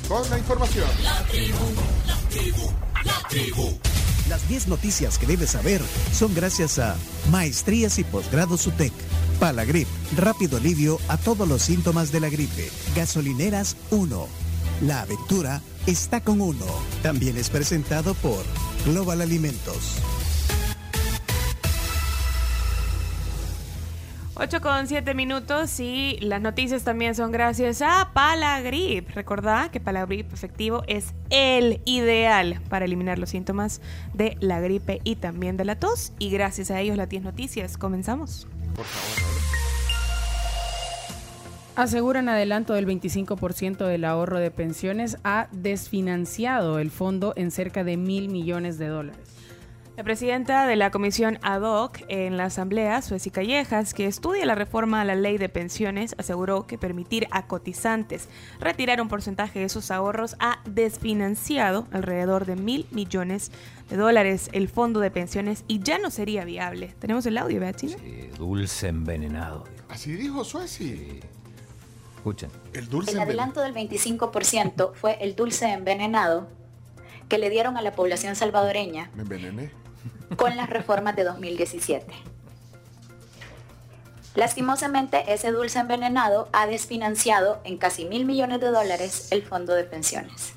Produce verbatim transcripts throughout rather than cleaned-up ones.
con la información. La tribu, la tribu, la tribu. Las diez noticias que debes saber son gracias a Maestrías y Posgrados UTEC, Palagrip, rápido alivio a todos los síntomas de la gripe. Gasolineras uno. La aventura está con uno. También es presentado por Global Alimentos. ocho con siete minutos y las noticias también son gracias a Palagrip. Recordá que Palagrip efectivo es el ideal para eliminar los síntomas de la gripe y también de la tos. Y gracias a ellos las diez noticias. Comenzamos. Por favor. Aseguran adelanto del veinticinco por ciento del ahorro de pensiones ha desfinanciado el fondo en cerca de mil millones de dólares. La presidenta de la comisión ad hoc en la Asamblea, Sueci Callejas, que estudia la reforma a la ley de pensiones, aseguró que permitir a cotizantes retirar un porcentaje de sus ahorros ha desfinanciado alrededor de mil millones de dólares el fondo de pensiones y ya no sería viable. ¿Tenemos el audio, Beatriz? Sí, dulce envenenado. Así dijo Sueci. Sí. Escuchen. El dulce El adelanto del veinticinco por ciento fue el dulce envenenado que le dieron a la población salvadoreña. Me envenené. Con las reformas de dos mil diecisiete. Lastimosamente, ese dulce envenenado ha desfinanciado en casi mil millones de dólares el fondo de pensiones.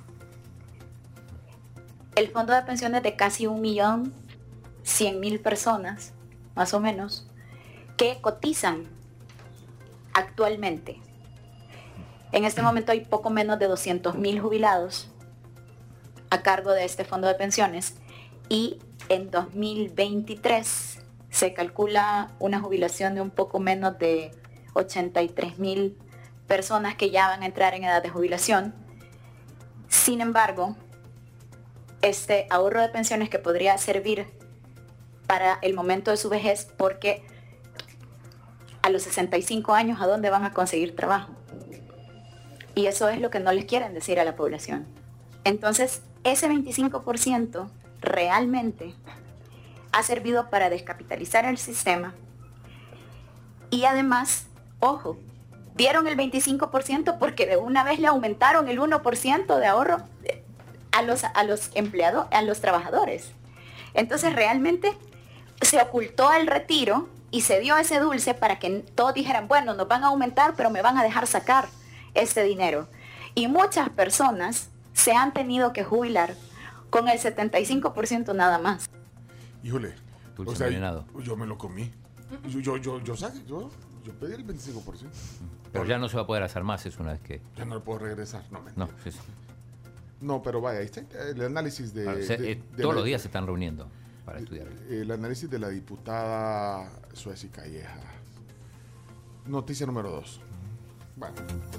El fondo de pensiones de casi un millón cien mil personas, más o menos, que cotizan actualmente. En este momento hay poco menos de doscientos mil jubilados a cargo de este fondo de pensiones y en dos mil veintitrés se calcula una jubilación de un poco menos de ochenta y tres mil personas que ya van a entrar en edad de jubilación. Sin embargo, este ahorro de pensiones que podría servir para el momento de su vejez, porque a los sesenta y cinco años, ¿a dónde van a conseguir trabajo? Y eso es lo que no les quieren decir a la población. Entonces, ese veinticinco por ciento realmente ha servido para descapitalizar el sistema y además, ojo, dieron el veinticinco por ciento porque de una vez le aumentaron el uno por ciento de ahorro a los, a los empleados, a los trabajadores. Entonces realmente se ocultó el retiro y se dio ese dulce para que todos dijeran, bueno, nos van a aumentar, pero me van a dejar sacar este dinero. Y muchas personas se han tenido que jubilar con el setenta y cinco por ciento nada más. Híjole, Dulce o sea, envenenado. yo me lo comí. Yo, yo, yo, yo, saqué, yo, yo pedí el veinticinco por ciento. Pero ya no se va a poder hacer más, es una vez que... Ya no lo puedo regresar, no mentira. No, sí, sí. No, pero vaya, ahí está el análisis de... Ahora, se- de- eh, de todos la- los días se están reuniendo para estudiar. El análisis de la diputada Sueci Callejas. Noticia número dos. Bueno.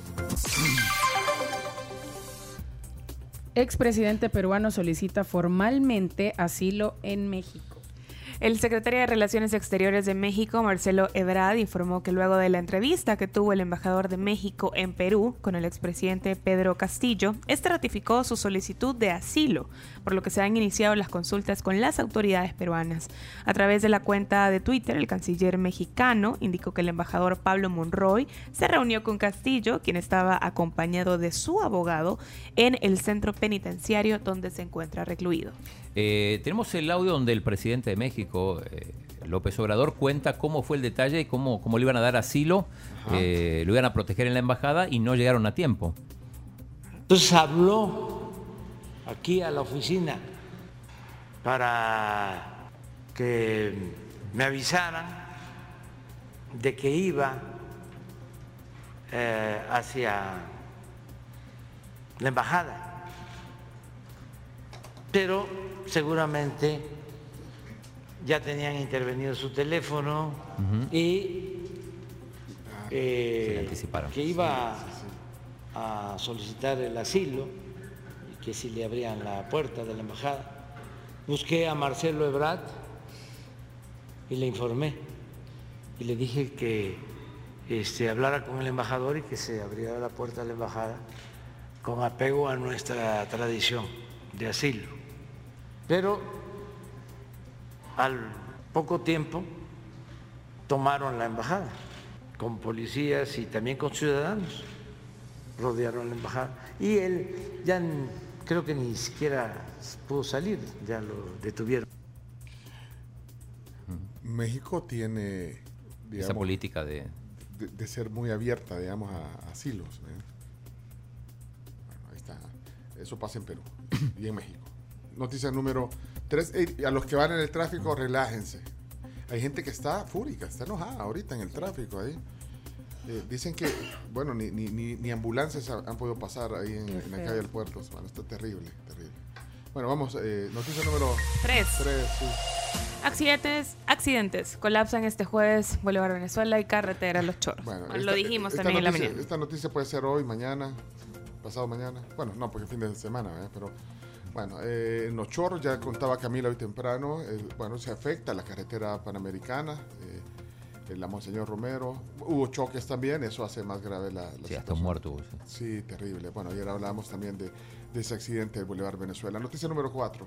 Expresidente peruano solicita formalmente asilo en México. El secretario de Relaciones Exteriores de México, Marcelo Ebrard, informó que luego de la entrevista que tuvo el embajador de México en Perú con el expresidente Pedro Castillo, este ratificó su solicitud de asilo, por lo que se han iniciado las consultas con las autoridades peruanas. A través de la cuenta de Twitter, el canciller mexicano indicó que el embajador Pablo Monroy se reunió con Castillo, quien estaba acompañado de su abogado, en el centro penitenciario donde se encuentra recluido. Eh, tenemos el audio donde el presidente de México, eh, López Obrador, cuenta cómo fue el detalle y cómo, cómo le iban a dar asilo, eh, lo iban a proteger en la embajada y no llegaron a tiempo. Entonces habló aquí a la oficina para que me avisaran de que iba eh, hacia la embajada, pero seguramente ya tenían intervenido su teléfono uh-huh. y eh, que iba a solicitar el asilo y que si le abrían la puerta de la embajada. Busqué a Marcelo Ebrard y le informé y le dije que este, hablara con el embajador y que se abriera la puerta de la embajada con apego a nuestra tradición de asilo. Pero al poco tiempo tomaron la embajada con policías y también con ciudadanos, rodearon la embajada y él ya creo que ni siquiera pudo salir, ya lo detuvieron. México tiene, digamos, esa política de... de, de ser muy abierta, digamos, a, a asilos. ¿eh? Bueno, ahí está. Eso pasa en Perú y en México. Noticia número tres. A los que van en el tráfico, relájense. Hay gente que está fúrica, está enojada ahorita en el tráfico ahí. Eh, dicen que, bueno, ni, ni, ni, ni ambulancias han, han podido pasar ahí en, en la calle del puerto. Bueno, está terrible, terrible. Bueno, vamos, eh, noticia número tres. tres sí. Accidentes, accidentes. Colapsan este jueves Bolívar, Venezuela y carretera Los Chorros. Bueno, Bueno, esta, lo dijimos esta también noticia, en la mañana. Esta noticia puede ser hoy, mañana, pasado mañana. Bueno, no, porque es fin de semana, ¿eh? Pero bueno, eh, en Los Chorros, ya contaba Camila hoy temprano, eh, bueno, se afecta la carretera panamericana, eh, la Monseñor Romero. Hubo choques también, eso hace más grave la, la sí, situación. hasta un muerto. Sí. Sí, terrible. Bueno, ayer hablamos también de, de ese accidente del Bolívar, Venezuela. Noticia número cuatro.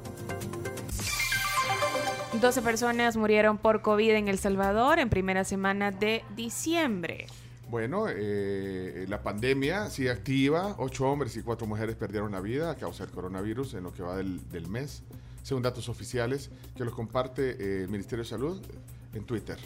doce personas murieron por COVID en El Salvador en primera semana de diciembre. Bueno, eh, la pandemia sigue activa. Ocho hombres y cuatro mujeres perdieron la vida a causa del coronavirus en lo que va del, del mes, según datos oficiales que los comparte eh, el Ministerio de Salud en Twitter.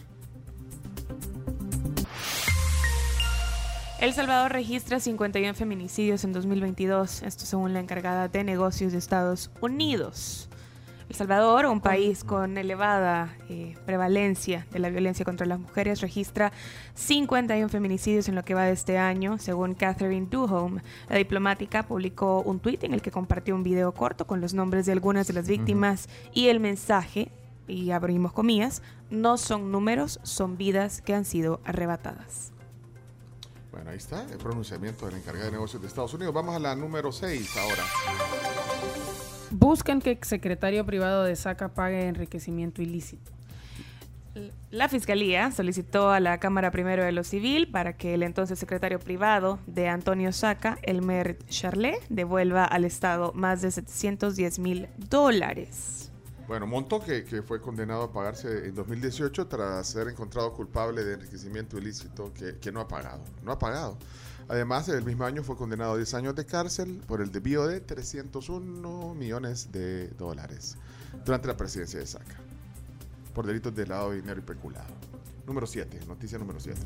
El Salvador registra cincuenta y uno feminicidios en dos mil veintidós, esto según la encargada de negocios de Estados Unidos. El Salvador, un país con elevada eh, prevalencia de la violencia contra las mujeres, registra cincuenta y uno feminicidios en lo que va de este año. Según Catherine Duhome, la diplomática publicó un tuit en el que compartió un video corto con los nombres de algunas de las víctimas uh-huh. y el mensaje, y abrimos comillas, no son números, son vidas que han sido arrebatadas. Bueno, ahí está el pronunciamiento de la encargada de negocios de Estados Unidos. Vamos a la número seis ahora. Buscan que secretario privado de Saca pague enriquecimiento ilícito. La Fiscalía solicitó a la Cámara Primero de lo Civil para que el entonces secretario privado de Antonio Saca, Elmer Charlet, devuelva al Estado más de setecientos diez mil dólares. Bueno, monto que, que fue condenado a pagarse en dos mil dieciocho tras ser encontrado culpable de enriquecimiento ilícito que, que no ha pagado. No ha pagado. Además, el mismo año fue condenado a diez años de cárcel por el desvío de trescientos uno millones de dólares durante la presidencia de Saca, por delitos de lavado de dinero y peculado. Número siete, noticia número siete.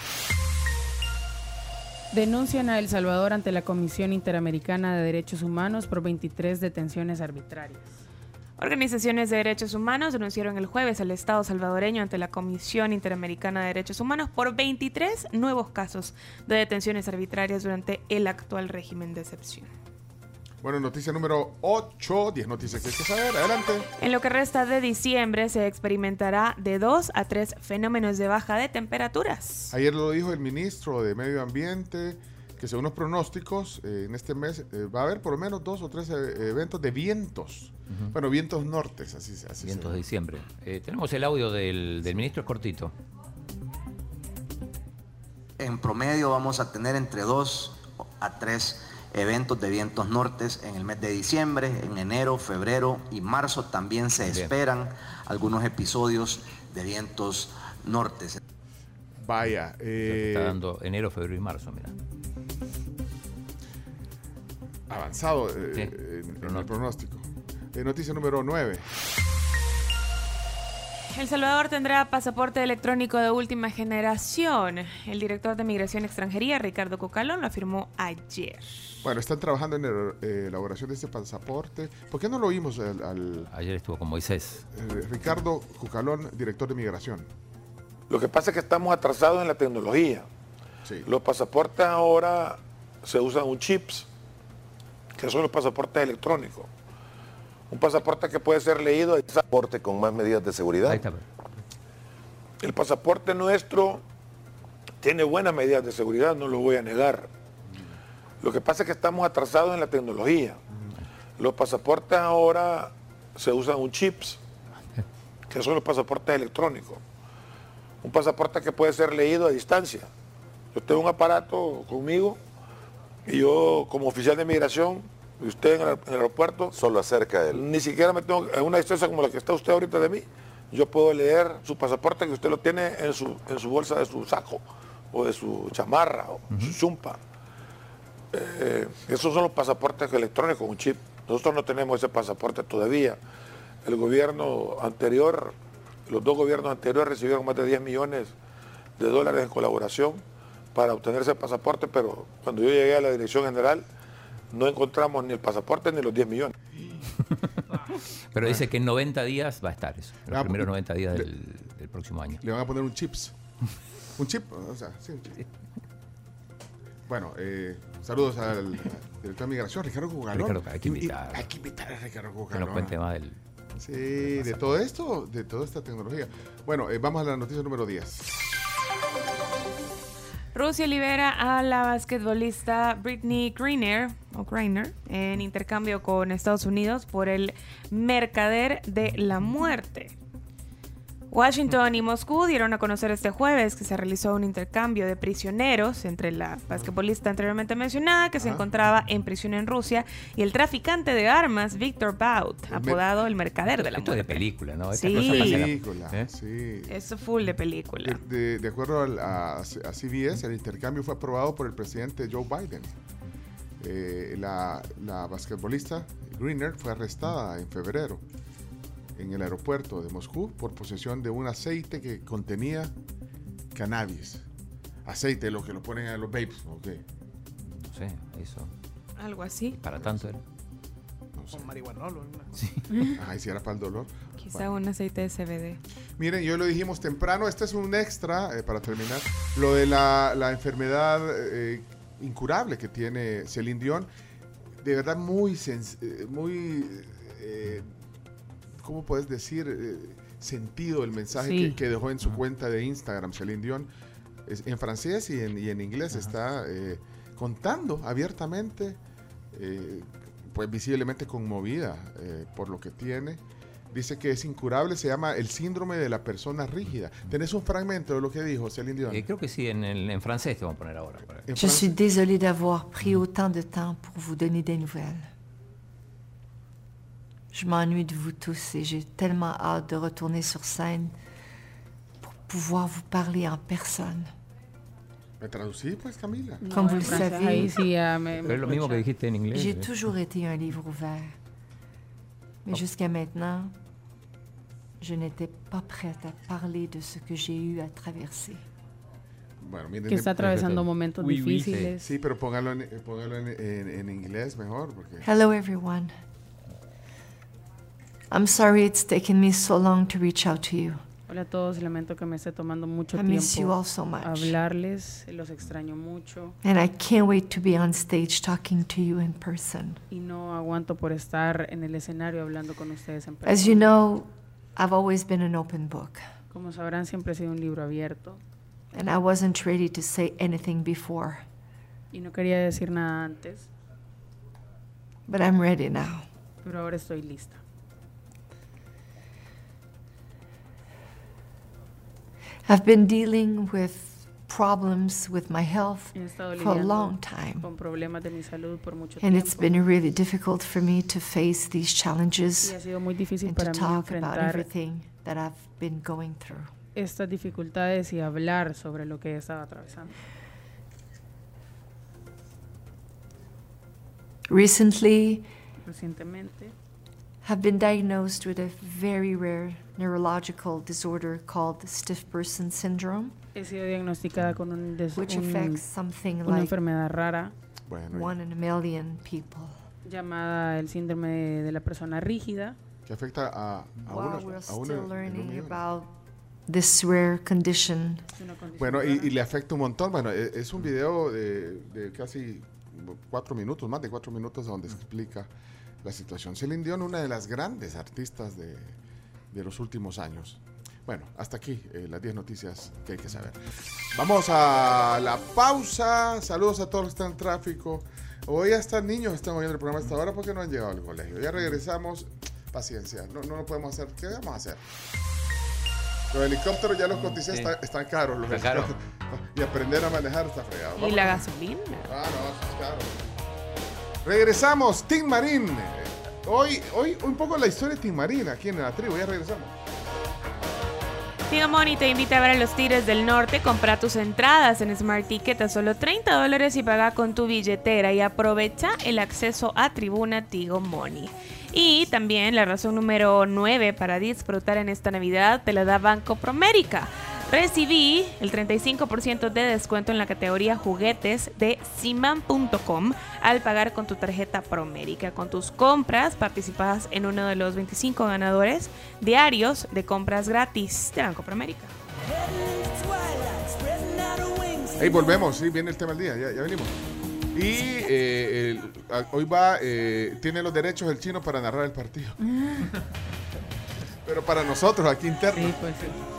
Denuncian a El Salvador ante la Comisión Interamericana de Derechos Humanos por veintitrés detenciones arbitrarias. Organizaciones de derechos humanos denunciaron el jueves al Estado salvadoreño ante la Comisión Interamericana de Derechos Humanos por veintitrés nuevos casos de detenciones arbitrarias durante el actual régimen de excepción. Bueno, noticia número ocho, diez noticias que hay que saber, adelante. En lo que resta de diciembre se experimentará de dos a tres fenómenos de baja de temperaturas. Ayer lo dijo el ministro de Medio Ambiente, que según los pronósticos, eh, en este mes eh, va a haber por lo menos dos o tres eh, eventos de vientos. Uh-huh. Bueno, vientos nortes, así, así vientos de diciembre. Eh, tenemos el audio del, del ministro, es cortito. En promedio vamos a tener entre dos a tres eventos de vientos nortes en el mes de diciembre. En enero, febrero y marzo también se Bien. esperan algunos episodios de vientos nortes. Vaya. Eh... Está dando enero, febrero y marzo, mira. Avanzado eh, sí, en, en el pronóstico. Eh, noticia número nueve. El Salvador tendrá pasaporte electrónico de última generación. El director de Migración y Extranjería, Ricardo Cucalón, lo afirmó ayer. Bueno, están trabajando en la eh, elaboración de este pasaporte. ¿Por qué no lo oímos al...? al ayer estuvo con Moisés. Eh, Ricardo Cucalón, director de Migración. Lo que pasa es que estamos atrasados en la tecnología. Sí. Los pasaportes ahora se usan un chips, que son los pasaportes electrónicos. Un pasaporte que puede ser leído. Pasaporte con más medidas de seguridad. Ahí está. El pasaporte nuestro tiene buenas medidas de seguridad, no lo voy a negar. Lo que pasa es que estamos atrasados en la tecnología. Los pasaportes ahora se usan un chips, que son los pasaportes electrónicos. Un pasaporte que puede ser leído a distancia. Yo tengo un aparato conmigo y yo como oficial de migración, y usted en el, en el aeropuerto, solo acerca de él. Ni siquiera me tengo, en una distancia como la que está usted ahorita de mí, yo puedo leer su pasaporte que usted lo tiene en su, en su bolsa de su saco, o de su chamarra, o uh-huh. su chumpa. Eh, esos son los pasaportes electrónicos con chip. Nosotros no tenemos ese pasaporte todavía. El gobierno anterior, los dos gobiernos anteriores recibieron más de diez millones de dólares en colaboración para obtener ese pasaporte, pero cuando yo llegué a la dirección general no encontramos ni el pasaporte ni los diez millones. Pero dice que en noventa días va a estar eso, los Ah, primeros noventa días del, del próximo año. Le van a poner un chips. Un chip, o sea, sí, un chip. Bueno, eh, saludos al director de migración, Ricardo Cugalón. Ricardo, hay que invitar. Hay que invitar a Ricardo Que Cugalón. nos cuente más del... Sí, de todo esto, de toda esta tecnología. Bueno, eh, vamos a la noticia número diez. Rusia libera a la basquetbolista Brittany Griner, o Griner en intercambio con Estados Unidos por el mercader de la muerte. Washington y Moscú dieron a conocer este jueves que se realizó un intercambio de prisioneros entre la basquetbolista anteriormente mencionada, que se Ajá. encontraba en prisión en Rusia, y el traficante de armas, Víctor Bout, apodado el mercader de la Esto es de muerte. película, ¿no? Estas Sí. cosas pasan en la- Película, ¿Eh? sí. Eso full de película. De, de- de acuerdo al- a, a C B S, el intercambio fue aprobado por el presidente Joe Biden. Eh, la, la basquetbolista Griner fue arrestada en febrero en el aeropuerto de Moscú por posesión de un aceite que contenía cannabis. Aceite, lo que lo ponen a los babes, ¿ok? No sé, eso. Algo así. Para tanto era. No sé. Con marihuanol o alguna cosa. Sí. Ay, si era para el dolor. Quizá Bueno. un aceite de C B D. Miren, yo lo dijimos temprano, este es un extra, eh, para terminar, lo de la, la enfermedad eh, incurable que tiene Celine Dion, de verdad muy, sens- eh, muy eh, ¿cómo puedes decir? Eh, sentido el mensaje Sí. que, que dejó en su cuenta de Instagram, Celine Dion, es- en francés y en, y en inglés. Ajá. Está eh, contando abiertamente, eh, pues visiblemente conmovida eh, por lo que tiene. Dice que es incurable, se llama el síndrome de la persona rígida. ¿Tenés un fragmento de lo que dijo Celine Dion? Eh, creo que sí, en, el, en francés te vamos a poner ahora. Para... En Je francés. suis désolée d'avoir pris autant de temps pour vous donner des nouvelles. Je m'ennuie de vous tous et j'ai tellement hâte de retourner sur scène pour pouvoir vous parler en personne. ¿Me traducí, pues, Camila? Comme vous en le francés, savez, ahí sí ya me- Pero es lo mismo que dijiste en inglés. j'ai eh. toujours été un livre ouvert. Mais jusqu'à maintenant, je n'étais pas prête à parler de ce que j'ai eu à traverser. Bueno, miren, que está atravesando momentos Oui, oui, difíciles. Sí, pero póngalo en, eh, póngalo en, en- en inglés mejor, porque... Hello, everyone. I'm sorry it's taken me so long to reach out to you. Hola a todos, lamento que me esté tomando mucho I miss you tiempo all so much. hablarles, los extraño mucho And I can't wait to be on stage talking to you in person. y no aguanto por estar en el escenario hablando con ustedes en As you persona. know, I've always been an open book, Como sabrán, siempre he sido un libro abierto and I wasn't ready to say anything before, y no quería decir nada antes, but I'm ready now. pero ahora estoy lista. I've been dealing with problems with my health He estado for a lidiando long time, con problemas de mi salud por mucho and it's tiempo been really difficult for me to face these y challenges ha sido muy difícil and to para mí talk about enfrentar everything that I've been going through. estas dificultades y hablar sobre lo que estaba atravesando. Recently, Recientemente have been diagnosed with a very rare neurological disorder called stiff person syndrome, he sido diagnosticada con un des- which un- affects something una like enfermedad rara Bueno, one in a million people. llamada el síndrome de, de la persona rígida. que afecta a, a While uno, we're a uno still en un learning millón. about this rare condition, Es una condición Bueno, y, rara. y le afecta un montón. Bueno, e- es un video de, de casi cuatro minutos, más de cuatro minutos, donde explica la situación. Celine Dion, una de las grandes artistas de, de los últimos años. Bueno, hasta aquí eh, las diez noticias que hay que saber. Vamos a la pausa. Saludos a todos los que están en tráfico. Hoy hasta niños están oyendo el programa hasta ahora porque no han llegado al colegio. Ya regresamos. Paciencia, no, no lo podemos hacer. ¿Qué vamos a hacer? Los helicópteros ya los coticé, Sí. están, están caros. Los Está caro. helicópteros. Y aprender a manejar está fregado. ¿Y Vamos. la gasolina? Ah, no, eso es caro. Regresamos, Tim Marín. Hoy, hoy un poco la historia de Tim Marín aquí en la tribu. Ya regresamos. Tigo Money te invita a ver a los Tigres del Norte. Compra tus entradas en Smart Ticket a solo treinta dólares y paga con tu billetera y aprovecha el acceso a tribuna Tigo Money. Y también la razón número nueve para disfrutar en esta Navidad te la da Banco Promérica. Recibí el treinta y cinco por ciento de descuento en la categoría juguetes de Siman punto com al pagar con tu tarjeta Promérica. Con tus compras participas en uno de los veinticinco ganadores diarios de compras gratis de Banco Promérica. Ahí volvemos, sí, viene el tema del día, ya, ya venimos. Y eh, el, a, hoy va, eh, tiene los derechos el chino para narrar el partido. Pero para nosotros aquí internos. Sí, pues sí.